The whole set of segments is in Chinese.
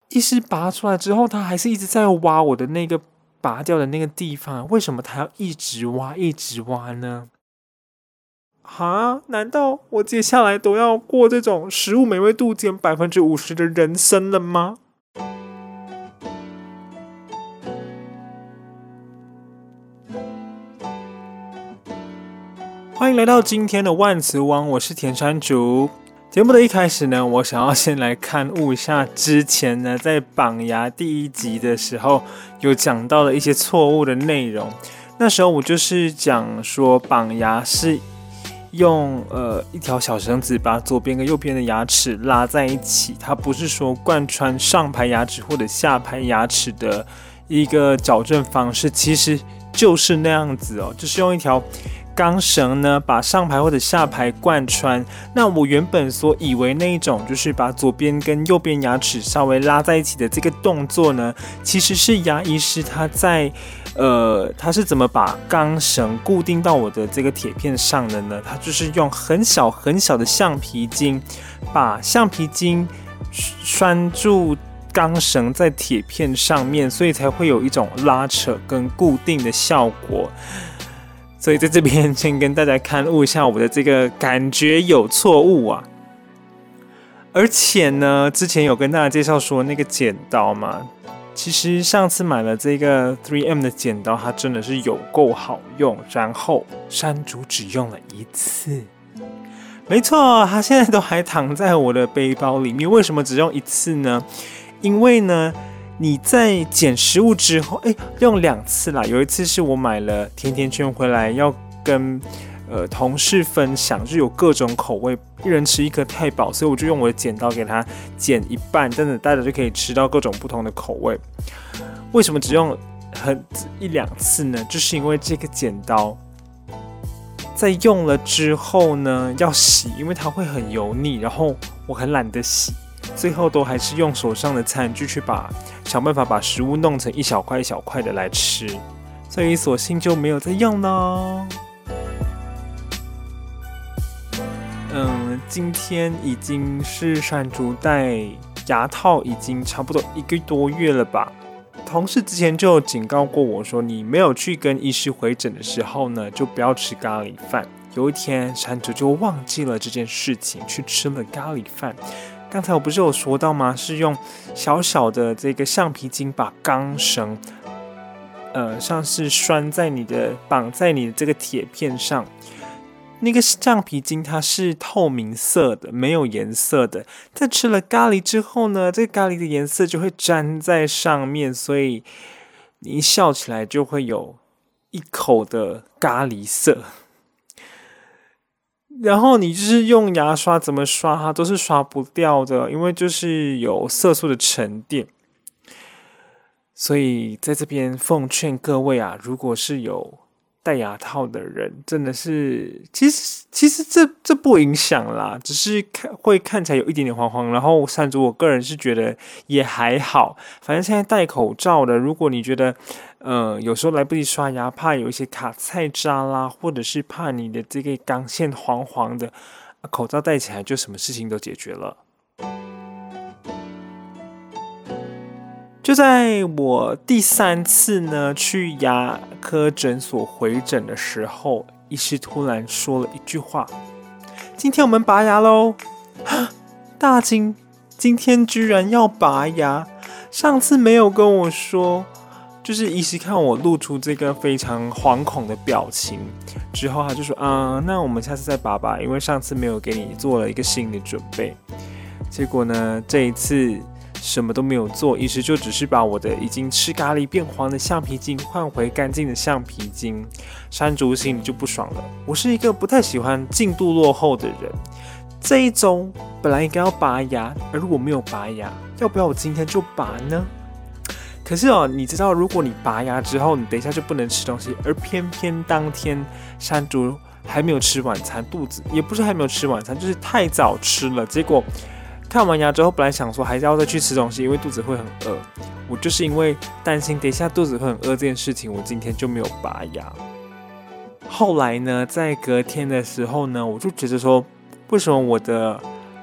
医师拔出来之后，他还是一直在挖我的那个拔掉的那个地方，为什么他要一直挖一直挖呢？难道我接下来都要过这种食物美味度减50%的人生了吗？欢迎来到今天的万磁王，我是田山竹。节目的一开始呢，我想要先来勘误一下之前呢在绑牙第1集的时候有讲到的一些错误的内容。那时候我就是讲说绑牙是用一条小绳子把左边跟右边的牙齿拉在一起，它不是说贯穿上排牙齿或者下排牙齿的一个矫正方式，其实就是那样子哦，就是用一条钢绳呢把上排或者下排贯穿。那我原本所以为那一种就是把左边跟右边牙齿稍微拉在一起的这个动作呢，其实是牙医师他是怎么把钢绳固定到我的这个铁片上的呢？他就是用很小很小的橡皮筋，把橡皮筋拴住钢绳在铁片上面，所以才会有一种拉扯跟固定的效果。所以在这边先跟大家勘误一下我的这个感觉有错误啊。而且呢，之前有跟大家介绍说那个剪刀嘛，其实上次买了这个 3M 的剪刀，它真的是有够好用，然后山竹只用了1次。没错，它现在都还躺在我的背包里面。为什么只用1次呢？因为呢，你在剪食物之后，用2次啦。有一次是我买了甜甜圈回来，要跟同事分享，就有各种口味，一人吃1颗太饱，所以我就用我的剪刀给它剪一半，真的大家就可以吃到各种不同的口味。为什么只用1-2次呢？就是因为这个剪刀在用了之后呢要洗，因为它会很油腻，然后我很懒得洗，最后都还是用手上的餐具去想办法把食物弄成一小块一小块的来吃，所以索性就没有再用了。今天已经是山竹戴牙套已经差不多1个多月了吧。同事之前就有警告过我说，你没有去跟医师回诊的时候呢，就不要吃咖喱饭。有一天山竹就忘记了这件事情，去吃了咖喱饭。刚才我不是有说到吗？是用小小的这个橡皮筋把钢绳像是绑在你的这个铁片上。那个橡皮筋它是透明色的，没有颜色的。在吃了咖喱之后呢，这个咖喱的颜色就会粘在上面，所以你一笑起来就会有一口的咖喱色。然后你就是用牙刷怎么刷它都是刷不掉的，因为就是有色素的沉淀。所以在这边奉劝各位啊，如果是有戴牙套的人，真的是其实这不影响啦，只是会看起来有一点点黄黄。然后山竹我个人是觉得也还好，反正现在戴口罩的，如果你觉得有时候来不及刷牙，怕有一些卡菜渣啦，或者是怕你的这个钢线黄黄的，口罩戴起来就什么事情都解决了。就在我第3次呢去牙科诊所回诊的时候，医师突然说了一句话：今天我们拔牙咯。大惊，今天居然要拔牙，上次没有跟我说。就是医师看我露出这个非常惶恐的表情之后，他就说那我们下次再拔吧，因为上次没有给你做了一个心理准备。结果呢，这一次什么都没有做，医师就只是把我的已经吃咖喱变黄的橡皮筋换回干净的橡皮筋。山竹心里就不爽了，我是一个不太喜欢进度落后的人。这一周本来应该要拔牙，而我没有拔牙，要不要我今天就拔呢？可是你知道，如果你拔牙之后，你等一下就不能吃东西，而偏偏当天山竹还没有吃晚餐，肚子也不是还没有吃晚餐，就是太早吃了。结果看完牙之后，本来想说还是要再去吃东西，因为肚子会很饿。我就是因为担心等一下肚子会很饿这件事情，我今天就没有拔牙。后来呢，在隔天的时候呢，我就觉得说，为什么我的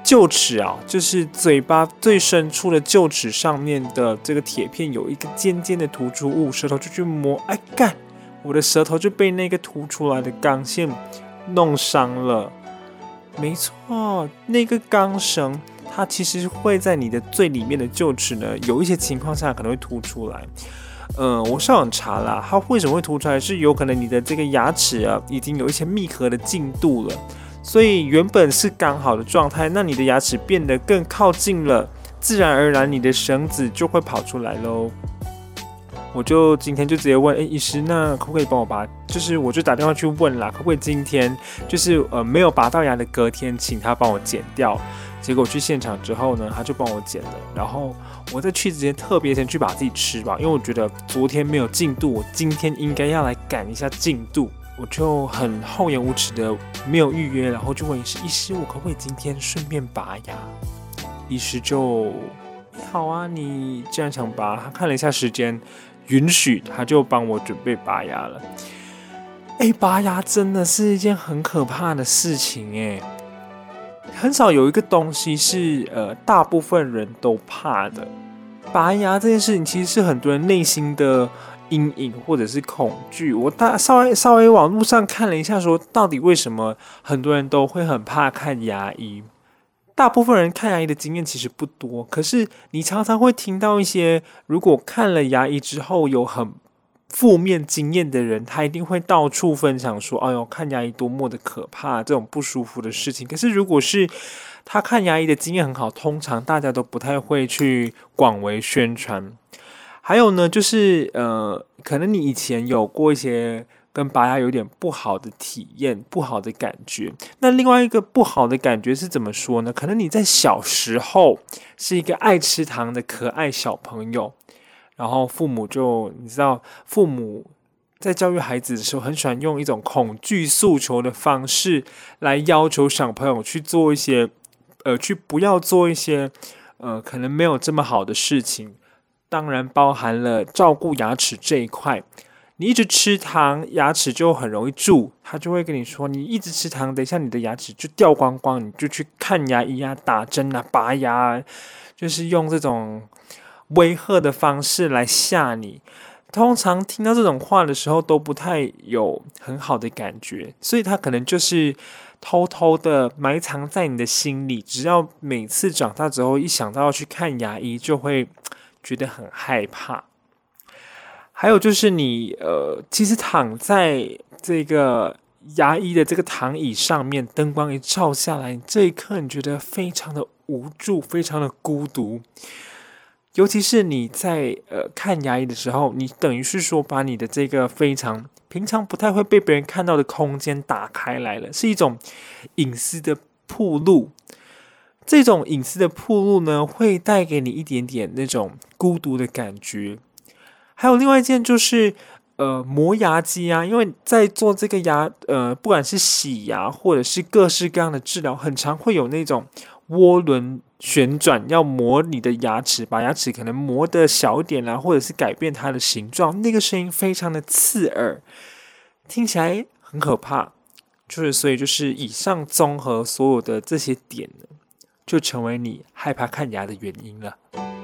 臼齿啊，就是嘴巴最深处的臼齿上面的这个铁片有一个尖尖的突出物，舌头就去摸，哎干，我的舌头就被那个凸出来的钢线弄伤了。没错，那个钢绳它其实会在你的最里面的臼齿呢，有一些情况下可能会凸出来。我上网查啦，它为什么会凸出来，是有可能你的这个牙齿啊已经有一些密合的进度了，所以原本是刚好的状态，那你的牙齿变得更靠近了，自然而然你的绳子就会跑出来咯。我就今天就直接问，医师，那可不可以帮我拔？就是我就打电话去问啦，可不可以今天就是没有拔到牙的隔天，请他帮我剪掉。结果去现场之后呢，他就帮我剪了。然后我在去之前特别先去把自己吃吧，因为我觉得昨天没有进度，我今天应该要来赶一下进度。我就很厚颜无耻的没有预约，然后就问医师，我可不可以今天顺便拔牙？医师就好啊，你既然想拔，他看了一下时间。允许，他就帮我准备拔牙了。拔牙真的是一件很可怕的事情很少有一个东西是大部分人都怕的。拔牙这件事情其实是很多人内心的阴影或者是恐惧。我稍微网络上看了一下，说到底为什么很多人都会很怕看牙医。大部分人看牙医的经验其实不多，可是你常常会听到一些如果看了牙医之后有很负面经验的人，他一定会到处分享说，哎呦，看牙医多么的可怕，这种不舒服的事情。可是如果是他看牙医的经验很好，通常大家都不太会去广为宣传。还有呢，就是可能你以前有过一些跟拔牙有点不好的体验，不好的感觉。那另外一个不好的感觉是怎么说呢？可能你在小时候是一个爱吃糖的可爱小朋友，然后父母就你知道，父母在教育孩子的时候，很喜欢用一种恐惧诉求的方式来要求小朋友去做一些去不要做一些可能没有这么好的事情。当然包含了照顾牙齿这一块。你一直吃糖，牙齿就很容易蛀，他就会跟你说，你一直吃糖，等一下你的牙齿就掉光光，你就去看牙医啊，打针啊，拔牙啊，就是用这种威吓的方式来吓你。通常听到这种话的时候都不太有很好的感觉，所以他可能就是偷偷的埋藏在你的心里，只要每次长大之后一想到要去看牙医，就会觉得很害怕。还有就是你其实躺在这个牙医的这个躺椅上面，灯光一照下来，这一刻你觉得非常的无助，非常的孤独。尤其是你在看牙医的时候，你等于是说把你的这个非常平常不太会被别人看到的空间打开来了，是一种隐私的暴露。这种隐私的暴露呢，会带给你一点点那种孤独的感觉。还有另外一件就是磨牙机啊，因为在做这个牙不管是洗牙或者是各式各样的治疗，很常会有那种涡轮旋转，要磨你的牙齿，把牙齿可能磨得小一点啦，或者是改变它的形状，那个声音非常的刺耳，听起来很可怕。所以就是以上综合所有的这些点呢，就成为你害怕看牙的原因了。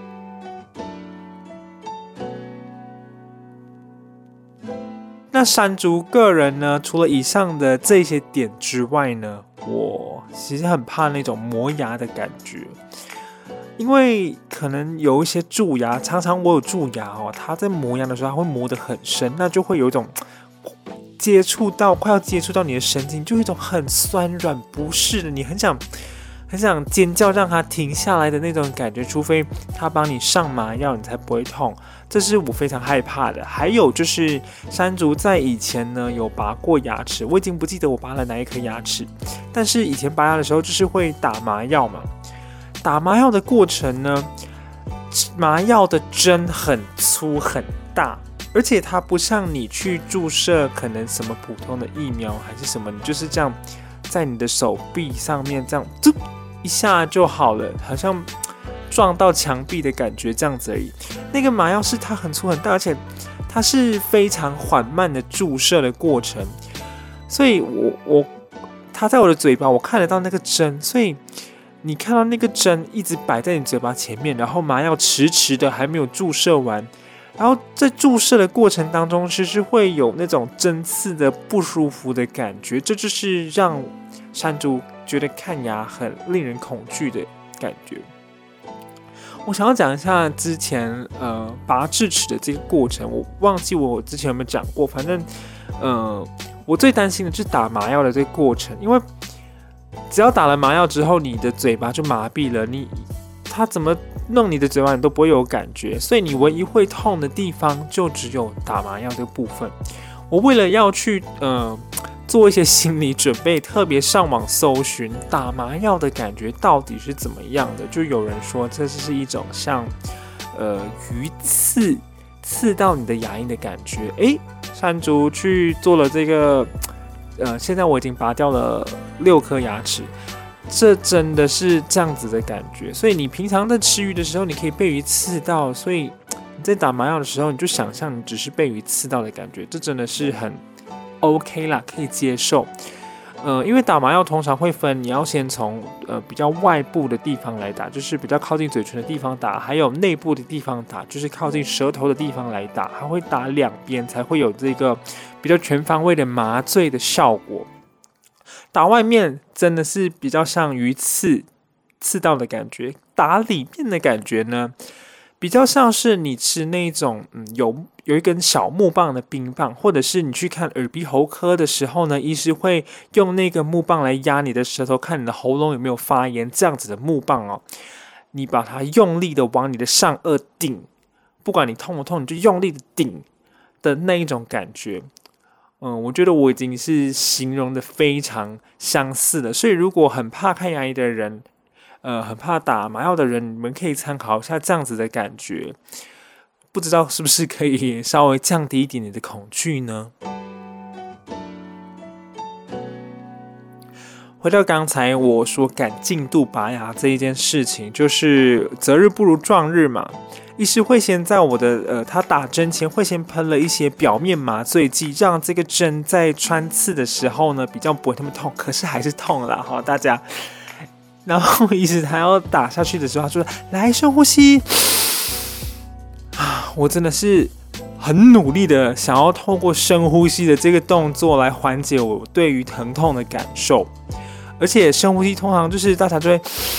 那山竹个人呢，除了以上的这些点之外呢，我其实很怕那种磨牙的感觉，因为可能有一些蛀牙，常常我有蛀牙它在磨牙的时候，它会磨得很深，那就会有一种快要接触到你的神经，就有一种很酸软不适的，你很想尖叫让它停下来的那种感觉，除非它帮你上麻药，你才不会痛。这是我非常害怕的。还有就是山竹在以前呢有拔过牙齿，我已经不记得我拔了哪一颗牙齿，但是以前拔牙的时候就是会打麻药嘛。打麻药的过程呢，麻药的针很粗很大，而且它不像你去注射可能什么普通的疫苗还是什么，你就是这样在你的手臂上面这样一下就好了，好像撞到墙壁的感觉这样子而已。那个麻药是它很粗很大，而且它是非常缓慢的注射的过程，所以它在我的嘴巴，我看得到那个针，所以你看到那个针一直摆在你嘴巴前面，然后麻药迟迟的还没有注射完，然后在注射的过程当中，其实会有那种针刺的不舒服的感觉，这就是让山竹觉得看牙很令人恐惧的感觉。我想要讲一下之前拔智齿的这个过程，我忘记我之前有没有讲过，反正我最担心的就是打麻药的这个过程，因为只要打了麻药之后，你的嘴巴就麻痹了，它怎么弄你的嘴巴你都不会有感觉，所以你唯一会痛的地方就只有打麻药这个部分。我为了要去做一些心理准备，特别上网搜寻打麻药的感觉到底是怎么样的，就有人说这是一种像鱼刺到你的牙龈的感觉。山竹去做了这个现在我已经拔掉了6颗牙齿，这真的是这样子的感觉。所以你平常在吃鱼的时候，你可以被鱼刺到，所以你在打麻药的时候，你就想象你只是被鱼刺到的感觉，这真的是很 OK 啦，可以接受。因为打麻药通常会分，你要先从比较外部的地方来打，就是比较靠近嘴唇的地方打，还有内部的地方打，就是靠近舌头的地方来打，还会打2边才会有这个比较全方位的麻醉的效果。打外面真的是比较像鱼刺到的感觉，打里面的感觉呢，比较像是你吃那种有一根小木棒的冰棒，或者是你去看耳鼻喉科的时候呢，医师会用那个木棒来压你的舌头，看你的喉咙有没有发炎，这样子的木棒哦，你把它用力的往你的上颚顶，不管你痛不痛，你就用力的顶的那一种感觉。我觉得我已经是形容的非常相似了，所以如果很怕看牙医的人，很怕打麻药的人，你们可以参考一下这样子的感觉，不知道是不是可以稍微降低一点点的恐惧呢？回到刚才我说赶进度拔牙这一件事情，就是择日不如撞日嘛。医师会先在我的他打针前会先喷了一些表面麻醉剂，让这个针在穿刺的时候呢比较不会那么痛，可是还是痛啦哈，大家。然后医师他要打下去的时候，他说：“来，深呼吸。”我真的是很努力的想要透过深呼吸的这个动作来缓解我对于疼痛的感受，而且深呼吸通常就是大家就会。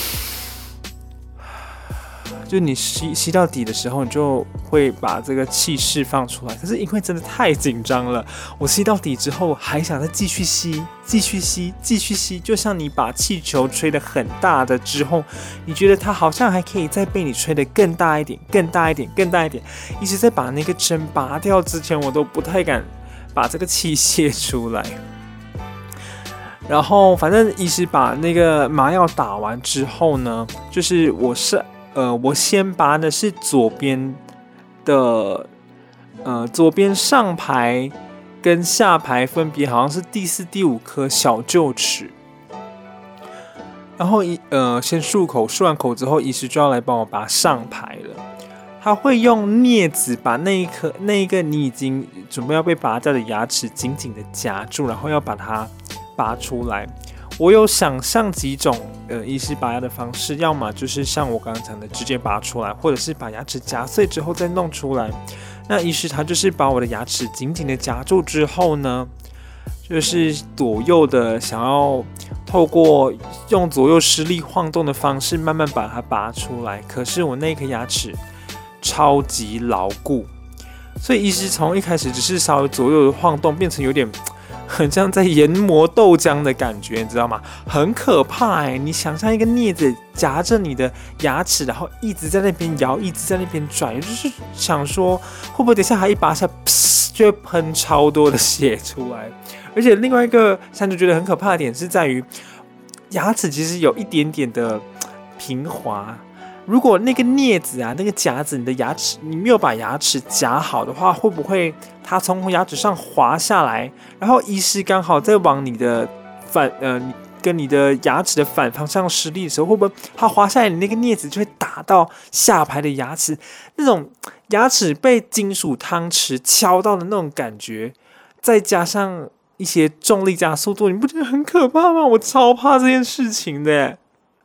就你吸到底的时候，你就会把这个气释放出来。可是因为真的太紧张了，我吸到底之后还想再继续吸，继续吸，继续吸，就像你把气球吹得很大的之后，你觉得它好像还可以再被你吹得更大一点，更大一点，更大一点。一直在把那个针拔掉之前，我都不太敢把这个气泄出来。然后反正医师把那个麻药打完之后呢，就是我先拔的是左边的，左边上排跟下排分别好像是第4、第5颗小臼齿，然后先漱口，漱完口之后，医师就要来帮我拔上排了。他会用镊子把那一个你已经准备要被拔掉的牙齿紧紧的夹住，然后要把它拔出来。我有想象几种医师拔牙的方式，要么就是像我刚刚讲的直接拔出来，或者是把牙齿夹碎之后再弄出来。那医师他就是把我的牙齿紧紧的夹住之后呢，就是左右的想要透过用左右施力晃动的方式慢慢把它拔出来。可是我那颗牙齿超级牢固，所以医师从一开始只是稍微左右的晃动，变成有点很像在研磨豆浆的感觉，你知道吗？很可怕欸！你想象一个镊子夹着你的牙齿，然后一直在那边摇，一直在那边转，就是想说会不会等一下还一拔下，就会喷超多的血出来。而且另外一个山竹觉得很可怕的点是在于，牙齿其实有一点点的平滑。如果那个镊子啊，那个夹子，你的牙齿你没有把牙齿夹好的话，会不会它从牙齿上滑下来，然后医师刚好在往你的跟你的牙齿的反方向施力的时候，会不会它滑下来，你那个镊子就会打到下排的牙齿，那种牙齿被金属汤匙敲到的那种感觉，再加上一些重力加速度，你不觉得很可怕吗？我超怕这件事情的。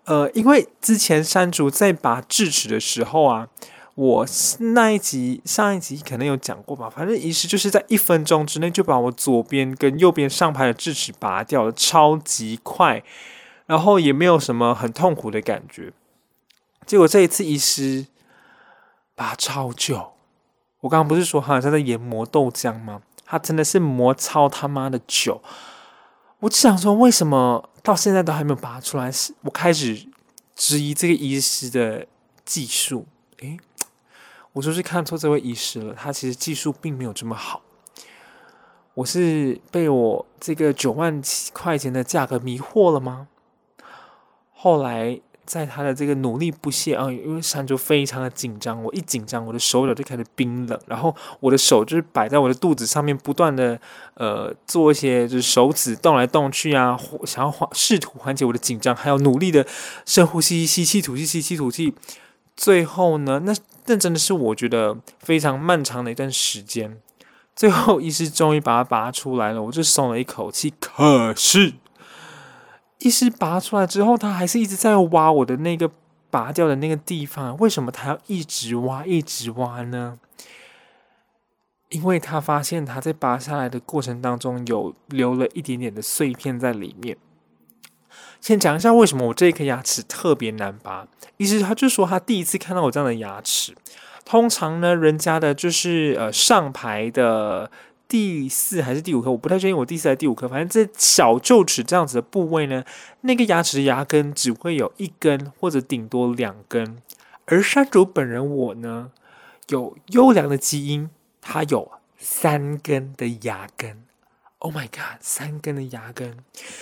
因为之前山竹在拔智齿的时候啊，我上一集可能有讲过吧，反正医师就是在1分钟之内就把我左边跟右边上排的智齿拔掉了，超级快，然后也没有什么很痛苦的感觉。结果这一次医师拔超久，我刚刚不是说他好像在研磨豆浆吗？他真的是磨超他妈的久。我只想说，为什么到现在都还没有拔出来？我开始质疑这个医师的技术。我就是看错这位医师了，他其实技术并没有这么好。我是被我这个9万块钱的价格迷惑了吗？后来在他的这个努力不懈啊，因为山竹非常的紧张，我一紧张，我的手脚就开始冰冷，然后我的手就是摆在我的肚子上面，不断的做一些就是手指动来动去啊，想要试图缓解我的紧张，还有努力的深呼吸，吸气吐气，吸气吐气。最后呢，那真的是我觉得非常漫长的一段时间。最后医师终于把它拔出来了，我就松了一口气。可是医师拔出来之后，他还是一直在挖我的那个拔掉的那个地方。为什么他要一直挖一直挖呢？因为他发现他在拔下来的过程当中有留了一点点的碎片在里面。先讲一下为什么我这一颗牙齿特别难拔。医师他就说他第一次看到我这样的牙齿，通常呢人家的就是上排的第4还是第5颗，我不太确定我第4还是第5颗，反正这小臼齿这样子的部位呢，那个牙齿的牙根只会有1根或者顶多2根，而山竹本人我呢有优良的基因，他有3根的牙根。Oh my god， 3根的牙根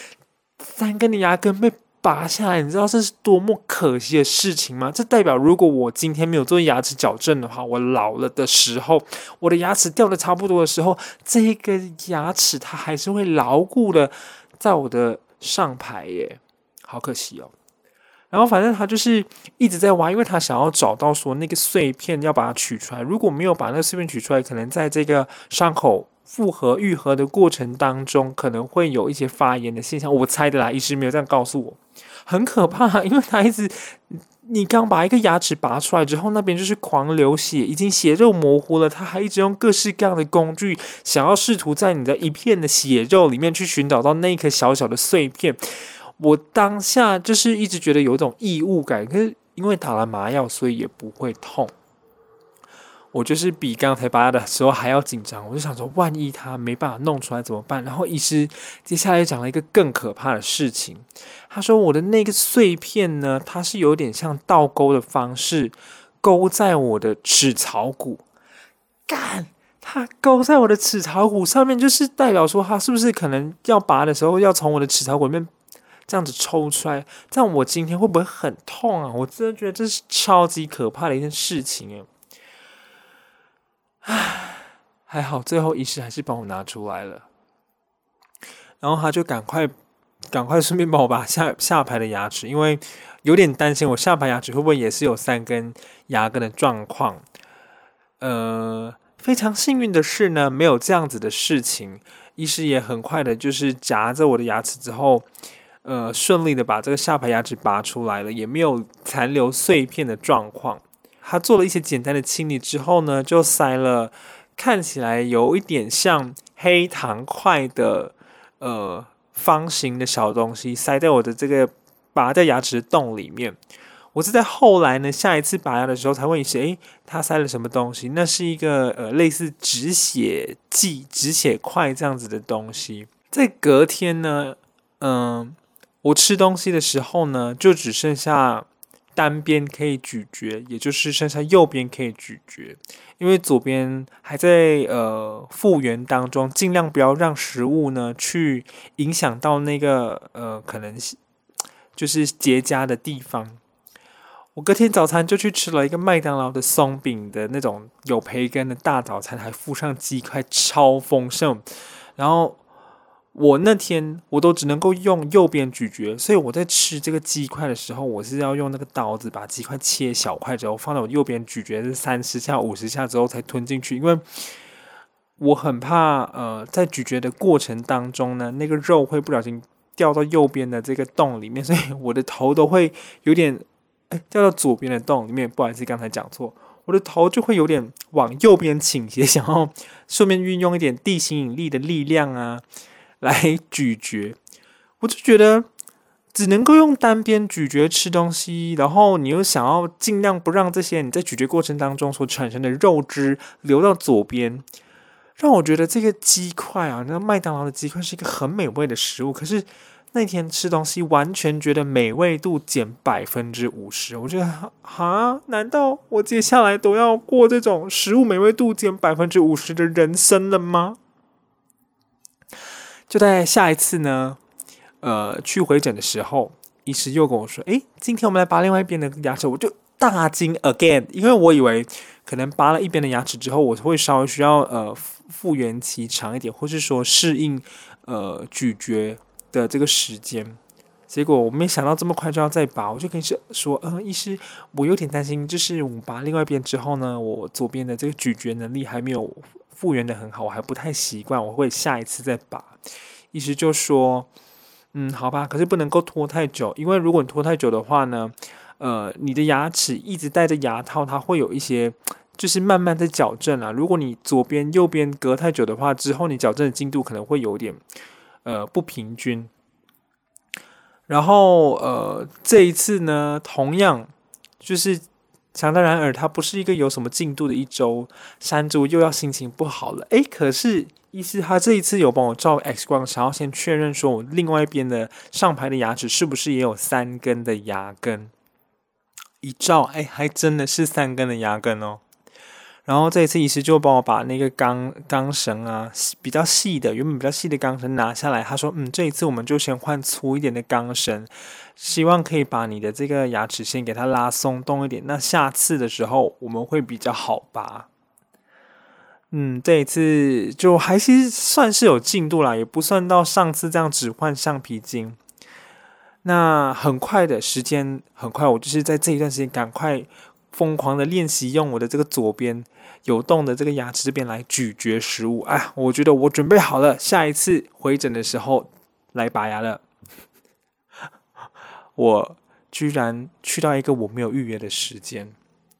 ，3根的牙根被拔下来，你知道这是多么可惜的事情吗？这代表如果我今天没有做牙齿矫正的话，我老了的时候，我的牙齿掉的差不多的时候，这个牙齿它还是会牢固的在我的上排耶，好可惜哦。然后反正他就是一直在挖，因为他想要找到说那个碎片要把它取出来，如果没有把那个碎片取出来，可能在这个伤口复合愈合的过程当中，可能会有一些发炎的现象。我猜的啦，医师没有这样告诉我，很可怕，因为他一直，你刚把一个牙齿拔出来之后，那边就是狂流血，已经血肉模糊了，他还一直用各式各样的工具，想要试图在你的一片的血肉里面去寻找到那一颗小小的碎片。我当下就是一直觉得有一种异物感，可是因为打了麻药，所以也不会痛。我就是比刚才拔的时候还要紧张，我就想说，万一他没办法弄出来怎么办？然后医师接下来讲了一个更可怕的事情，他说我的那个碎片呢，它是有点像倒钩的方式勾在我的齿槽骨，干！它勾在我的齿槽骨上面，就是代表说，它是不是可能要拔的时候，要从我的齿槽骨里面这样子抽出来？这样我今天会不会很痛啊？我真的觉得这是超级可怕的一件事情耶。还好最后医师还是帮我拿出来了，然后他就赶快顺便帮我拔下排的牙齿，因为有点担心我下排牙齿会不会也是有3根牙根的状况。非常幸运的是呢，没有这样子的事情，医师也很快的就是夹着我的牙齿之后，顺利的把这个下排牙齿拔出来了，也没有残留碎片的状况。他做了一些简单的清理之后呢，就塞了看起来有一点像黑糖块的方形的小东西，塞在我的这个拔掉牙齿的洞里面。我是在后来呢，下一次拔牙的时候才问医师，他塞了什么东西？那是一个类似止血剂、止血块这样子的东西。在隔天呢，我吃东西的时候呢，就只剩下单边可以咀嚼，也就是剩下右边可以咀嚼，因为左边还在复原当中，尽量不要让食物呢去影响到那个可能就是结痂的地方。我隔天早餐就去吃了一个麦当劳的松饼的那种有培根的大早餐，还附上鸡块，超丰盛。然后我那天我都只能够用右边咀嚼，所以我在吃这个鸡块的时候，我是要用那个刀子把鸡块切小块之后放到我右边咀嚼是30下50下之后才吞进去，因为我很怕在咀嚼的过程当中呢，那个肉会不小心掉到右边的这个洞里面，所以我的头都会有点掉到左边的洞里面。不好意思，刚才讲错，我的头就会有点往右边倾斜，想要顺便运用一点地心引力的力量啊，来咀嚼。我就觉得只能够用单边咀嚼吃东西，然后你又想要尽量不让这些你在咀嚼过程当中所产生的肉汁流到左边，让我觉得这个鸡块啊，那麦当劳的鸡块是一个很美味的食物，可是那天吃东西完全觉得美味度减50%，我觉得难道我接下来都要过这种食物美味度减50%的人生了吗？就在下一次呢，去回诊的时候，医师又跟我说：“今天我们来拔另外一边的牙齿。”我就大惊 again， 因为我以为可能拔了一边的牙齿之后，我会稍微需要复原期长一点，或是说适应咀嚼的这个时间。结果我没想到这么快就要再拔，我就跟医师说：“医师，我有点担心，就是我拔另外一边之后呢，我左边的这个咀嚼能力还没有复原的很好，我还不太习惯，我会下一次再拔。”医师就说：“好吧，可是不能够拖太久，因为如果你拖太久的话呢，你的牙齿一直戴着牙套，它会有一些就是慢慢在矫正啊。如果你左边右边隔太久的话，之后你矫正的进度可能会有点不平均。然后这一次呢，同样就是想当然尔，它不是一个有什么进度的一周，山猪又要心情不好了。可是医师他这一次有帮我照 X 光，想要先确认说我另外一边的上排的牙齿是不是也有3根的牙根。一照，还真的是3根的牙根哦。然后这一次医师就帮我把那个钢绳啊，比较细的，原本比较细的钢绳拿下来。他说，这一次我们就先换粗一点的钢绳，希望可以把你的这个牙齿先给它拉松动一点。那下次的时候我们会比较好拔。这一次就还是算是有进度啦，也不算到上次这样只换橡皮筋。那很快的时间，很快，我就是在这一段时间赶快疯狂的练习，用我的这个左边有动的这个牙齿这边来咀嚼食物。我觉得我准备好了，下一次回诊的时候来拔牙了。我居然去到一个我没有预约的时间。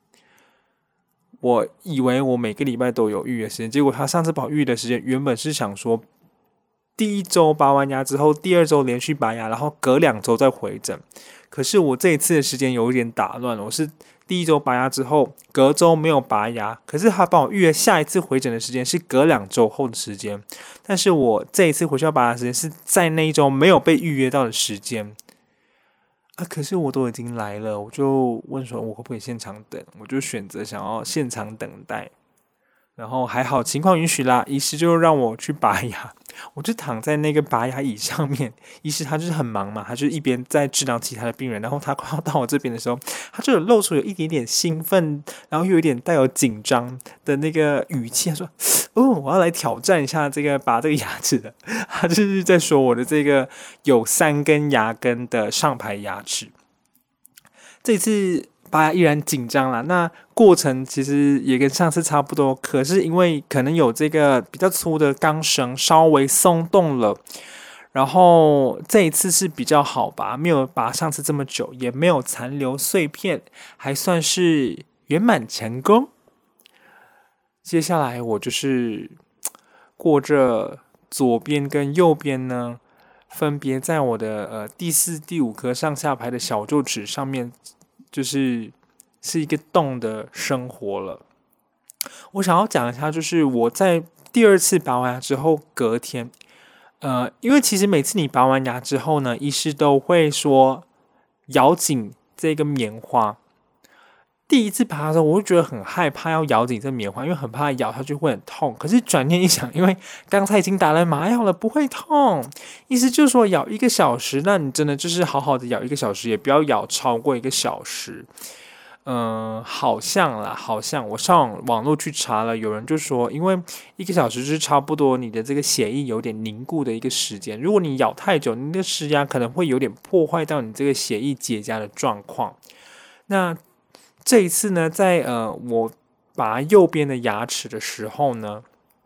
我以为我每个礼拜都有预约时间，结果他上次帮我预约的时间原本是想说第一周拔完牙之后，第2周连续拔牙，然后隔2周再回诊。可是我这一次的时间有一点打乱了，我是第1周拔牙之后，隔周没有拔牙，可是他帮我预约下一次回诊的时间是隔2周后的时间，但是我这一次回去要拔牙的时间是在那一周没有被预约到的时间。可是我都已经来了，我就问说我可不可以现场等，我就选择想要现场等待。然后还好情况允许啦，医师就让我去拔牙，我就躺在那个拔牙椅上面。医师他就是很忙嘛，他就一边在治疗其他的病人，然后他快要到我这边的时候，他就有露出有一点点兴奋，然后又有点带有紧张的那个语气，他说：“我要来挑战一下这个拔这个牙齿的。”他就是在说我的这个有3根牙根的上排牙齿。这次拔牙依然紧张啦，那过程其实也跟上次差不多，可是因为可能有这个比较粗的钢绳稍微松动了，然后这一次是比较好拔，没有拔上次这么久，也没有残留碎片，还算是圆满成功。接下来我就是过着左边跟右边呢，分别在我的第4、第5颗上下排的小臼齿上面，就是一个洞的生活了。我想要讲一下，就是我在第2次拔完牙之后，隔天，因为其实每次你拔完牙之后呢，医师都会说咬紧这个棉花。第1次拔的时候，我会觉得很害怕要咬紧这棉花，因为很怕咬它就会很痛。可是转念一想，因为刚才已经打了麻药了，不会痛。意思就是说咬1个小时，那你真的就是好好的咬1个小时，也不要咬超过1个小时。好像我上网络去查了，有人就说，因为1个小时是差不多你的这个血液有点凝固的一个时间，如果你咬太久，你的施压可能会有点破坏到你这个血液结痂的状况。那这一次呢，在我拔右边的牙齿的时候呢，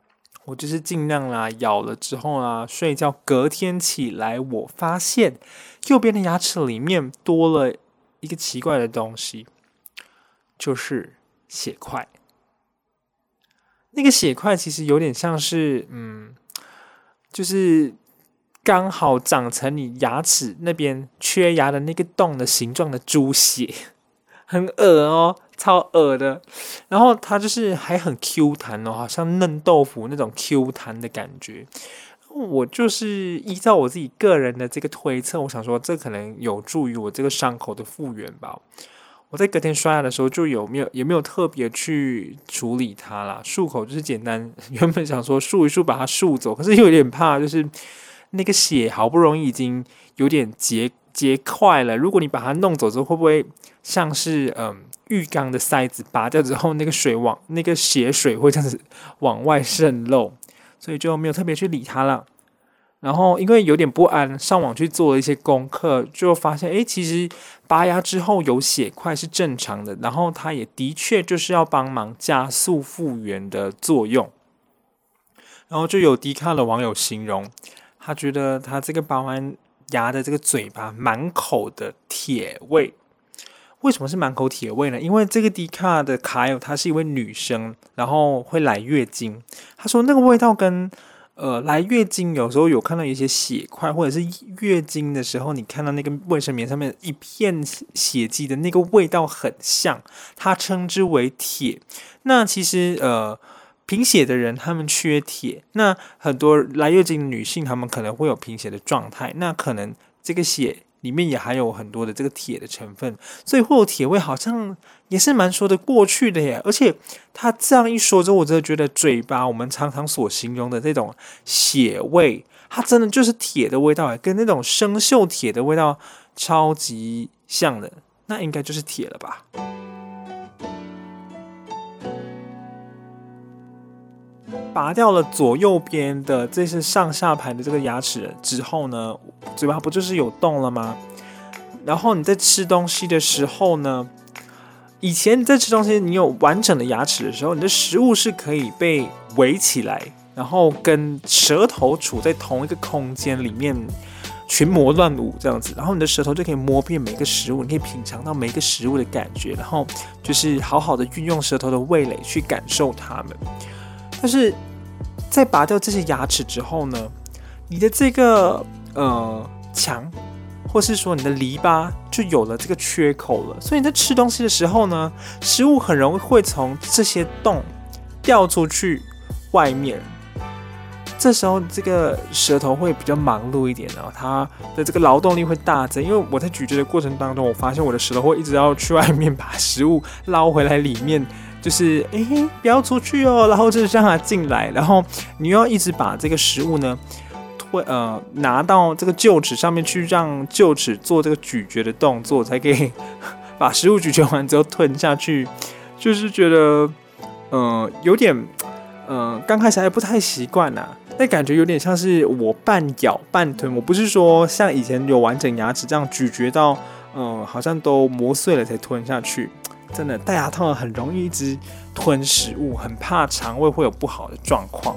我就是尽量啦，咬了之后啦，睡觉隔天起来，我发现右边的牙齿里面多了一个奇怪的东西，就是血块。那个血块其实有点像是，就是刚好长成你牙齿那边缺牙的那个洞的形状的猪血，很恶哦，超恶的。然后它就是还很 Q 弹哦，好像嫩豆腐那种 Q 弹的感觉。我就是依照我自己个人的这个推测，我想说这可能有助于我这个伤口的复原吧。我在隔天刷牙的时候就也没有特别去处理它啦，漱口就是简单，原本想说漱一漱把它漱走，可是又有点怕，就是那个血好不容易已经有点结块了，如果你把它弄走之后，会不会像是浴缸的塞子拔掉之后，那个血水会这样子往外渗漏，所以就没有特别去理它了。然后因为有点不安，上网去做了一些功课，就发现其实拔牙之后有血块是正常的，然后它也的确就是要帮忙加速复原的作用。然后就有Dcard的网友形容，他觉得他这个拔完牙的这个嘴巴满口的铁味。为什么是满口铁味呢？因为这个Dcard的卡友她是一位女生，然后会来月经，她说那个味道跟来月经有时候有看到一些血块，或者是月经的时候你看到那个卫生棉上面一片血迹的那个味道很像，它称之为铁。那其实贫血的人他们缺铁，那很多来月经的女性她们可能会有贫血的状态，那可能这个血里面也含有很多的这个铁的成分，所以会有铁味，好像也是蛮说得过去的耶。而且他这样一说之后，我真的觉得嘴巴我们常常所形容的这种血味，它真的就是铁的味道耶，跟那种生锈铁的味道超级像的，那应该就是铁了吧。拔掉了左右边的这是上下排的这个牙齿之后呢，嘴巴不就是有洞了吗？然后你在吃东西的时候呢，以前你在吃东西，你有完整的牙齿的时候，你的食物是可以被围起来，然后跟舌头处在同一个空间里面群魔乱舞这样子，然后你的舌头就可以摸遍每个食物，你可以品尝到每一个食物的感觉，然后就是好好的运用舌头的味蕾去感受它们。但是在拔掉这些牙齿之后呢，你的这个墙，或是说你的篱笆就有了这个缺口了，所以你在吃东西的时候呢，食物很容易会从这些洞掉出去外面。这时候这个舌头会比较忙碌一点，然后它的这个劳动力会大增，因为我在咀嚼的过程当中，我发现我的舌头会一直要去外面把食物捞回来里面，就是不要出去哦，然后就是让它进来，然后你又要一直把这个食物呢拿到这个臼齿上面去，让臼齿做这个咀嚼的动作，才可以把食物咀嚼完之后吞下去。就是觉得有点刚开始还不太习惯啊，那感觉有点像是我半咬半吞，我不是说像以前有完整牙齿这样咀嚼到好像都磨碎了才吞下去。真的戴牙套很容易一直吞食物，很怕肠胃会有不好的状况。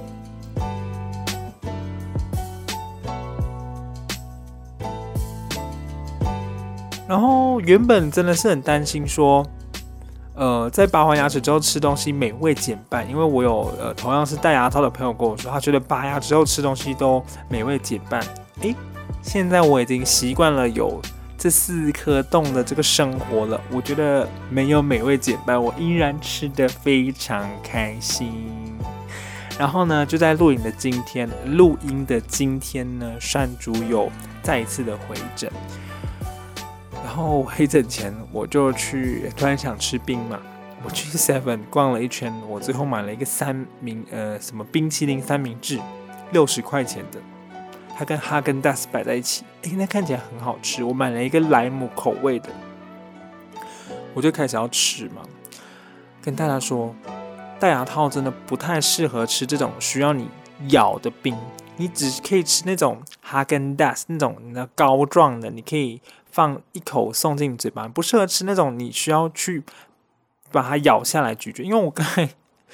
然后原本真的是很担心说在拔完牙齿之后吃东西美味减半，因为我有同样是戴牙套的朋友跟我说，他觉得拔牙之后吃东西都美味减半。现在我已经习惯了有这4颗洞的这个生活了，我觉得没有美味减半，我依然吃得非常开心。然后呢，就在录音的今天呢，善竹有再一次的回诊。然后回诊前我就突然想吃冰嘛，我去 Seven 逛了一圈，我最后买了一个什么冰淇淋三明治，60块钱的。它跟哈根达斯摆在一起，那看起来很好吃。我买了一个莱姆口味的，我就开始要吃嘛。跟大家说，戴牙套真的不太适合吃这种需要你咬的冰，你只可以吃那种哈根达斯那种膏状的，你可以放一口送进你嘴巴，不适合吃那种你需要去把它咬下来咀嚼。因为我刚才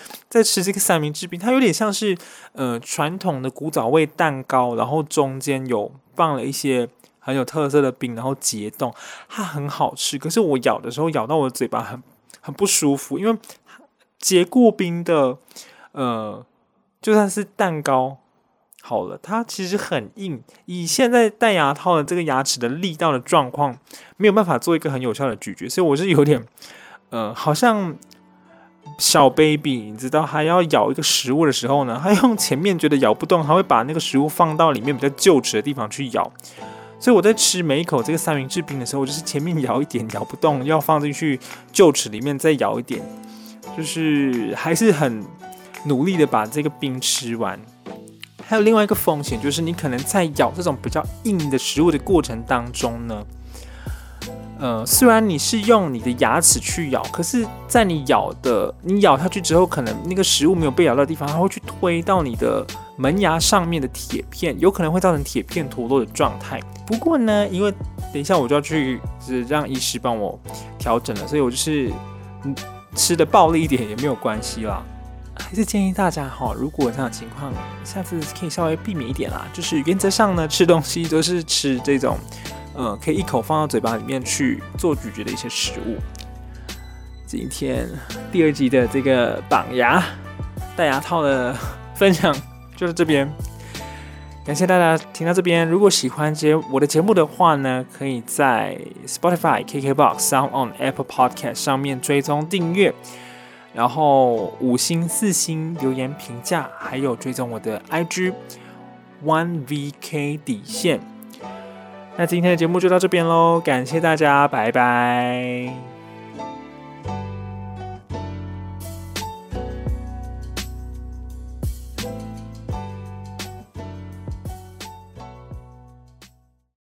在吃这个三明治饼，它有点像是传统的古早味蛋糕，然后中间有放了一些很有特色的饼，然后结冻，它很好吃。可是我咬的时候咬到我的嘴巴很不舒服，因为结过冰的就算是蛋糕好了，它其实很硬，以现在戴牙套的这个牙齿的力道的状况，没有办法做一个很有效的咀嚼，所以我是有点好像小 baby， 你知道他要咬一个食物的时候呢，他用前面觉得咬不动，他会把那个食物放到里面比较臼齿的地方去咬。所以我在吃每一口这个三明治饼的时候，我就是前面咬一点咬不动，要放进去臼齿里面再咬一点，就是还是很努力的把这个冰吃完。还有另外一个风险，就是你可能在咬这种比较硬的食物的过程当中呢，虽然你是用你的牙齿去咬，可是在你咬下去之后，可能那个食物没有被咬到的地方，它会去推到你的门牙上面的铁片，有可能会造成铁片脱落的状态。不过呢，因为等一下我就要去让医师帮我调整了，所以我就是吃的暴力一点也没有关系啦。还是建议大家如果有这样的情况，下次可以稍微避免一点啦。就是原则上呢，吃东西都是吃这种可以一口放到嘴巴里面去做咀嚼的一些食物。今天第2集的这个绑牙戴牙套的分享就是这边，感谢大家听到这边。如果喜欢我的节目的话呢，可以在 Spotify、KKBOX、SoundOn、Apple Podcast 上面追踪订阅，然后5星4星留言评价，还有追踪我的 IG1VK_。那今天的节目就到这边咯，感谢大家，拜拜。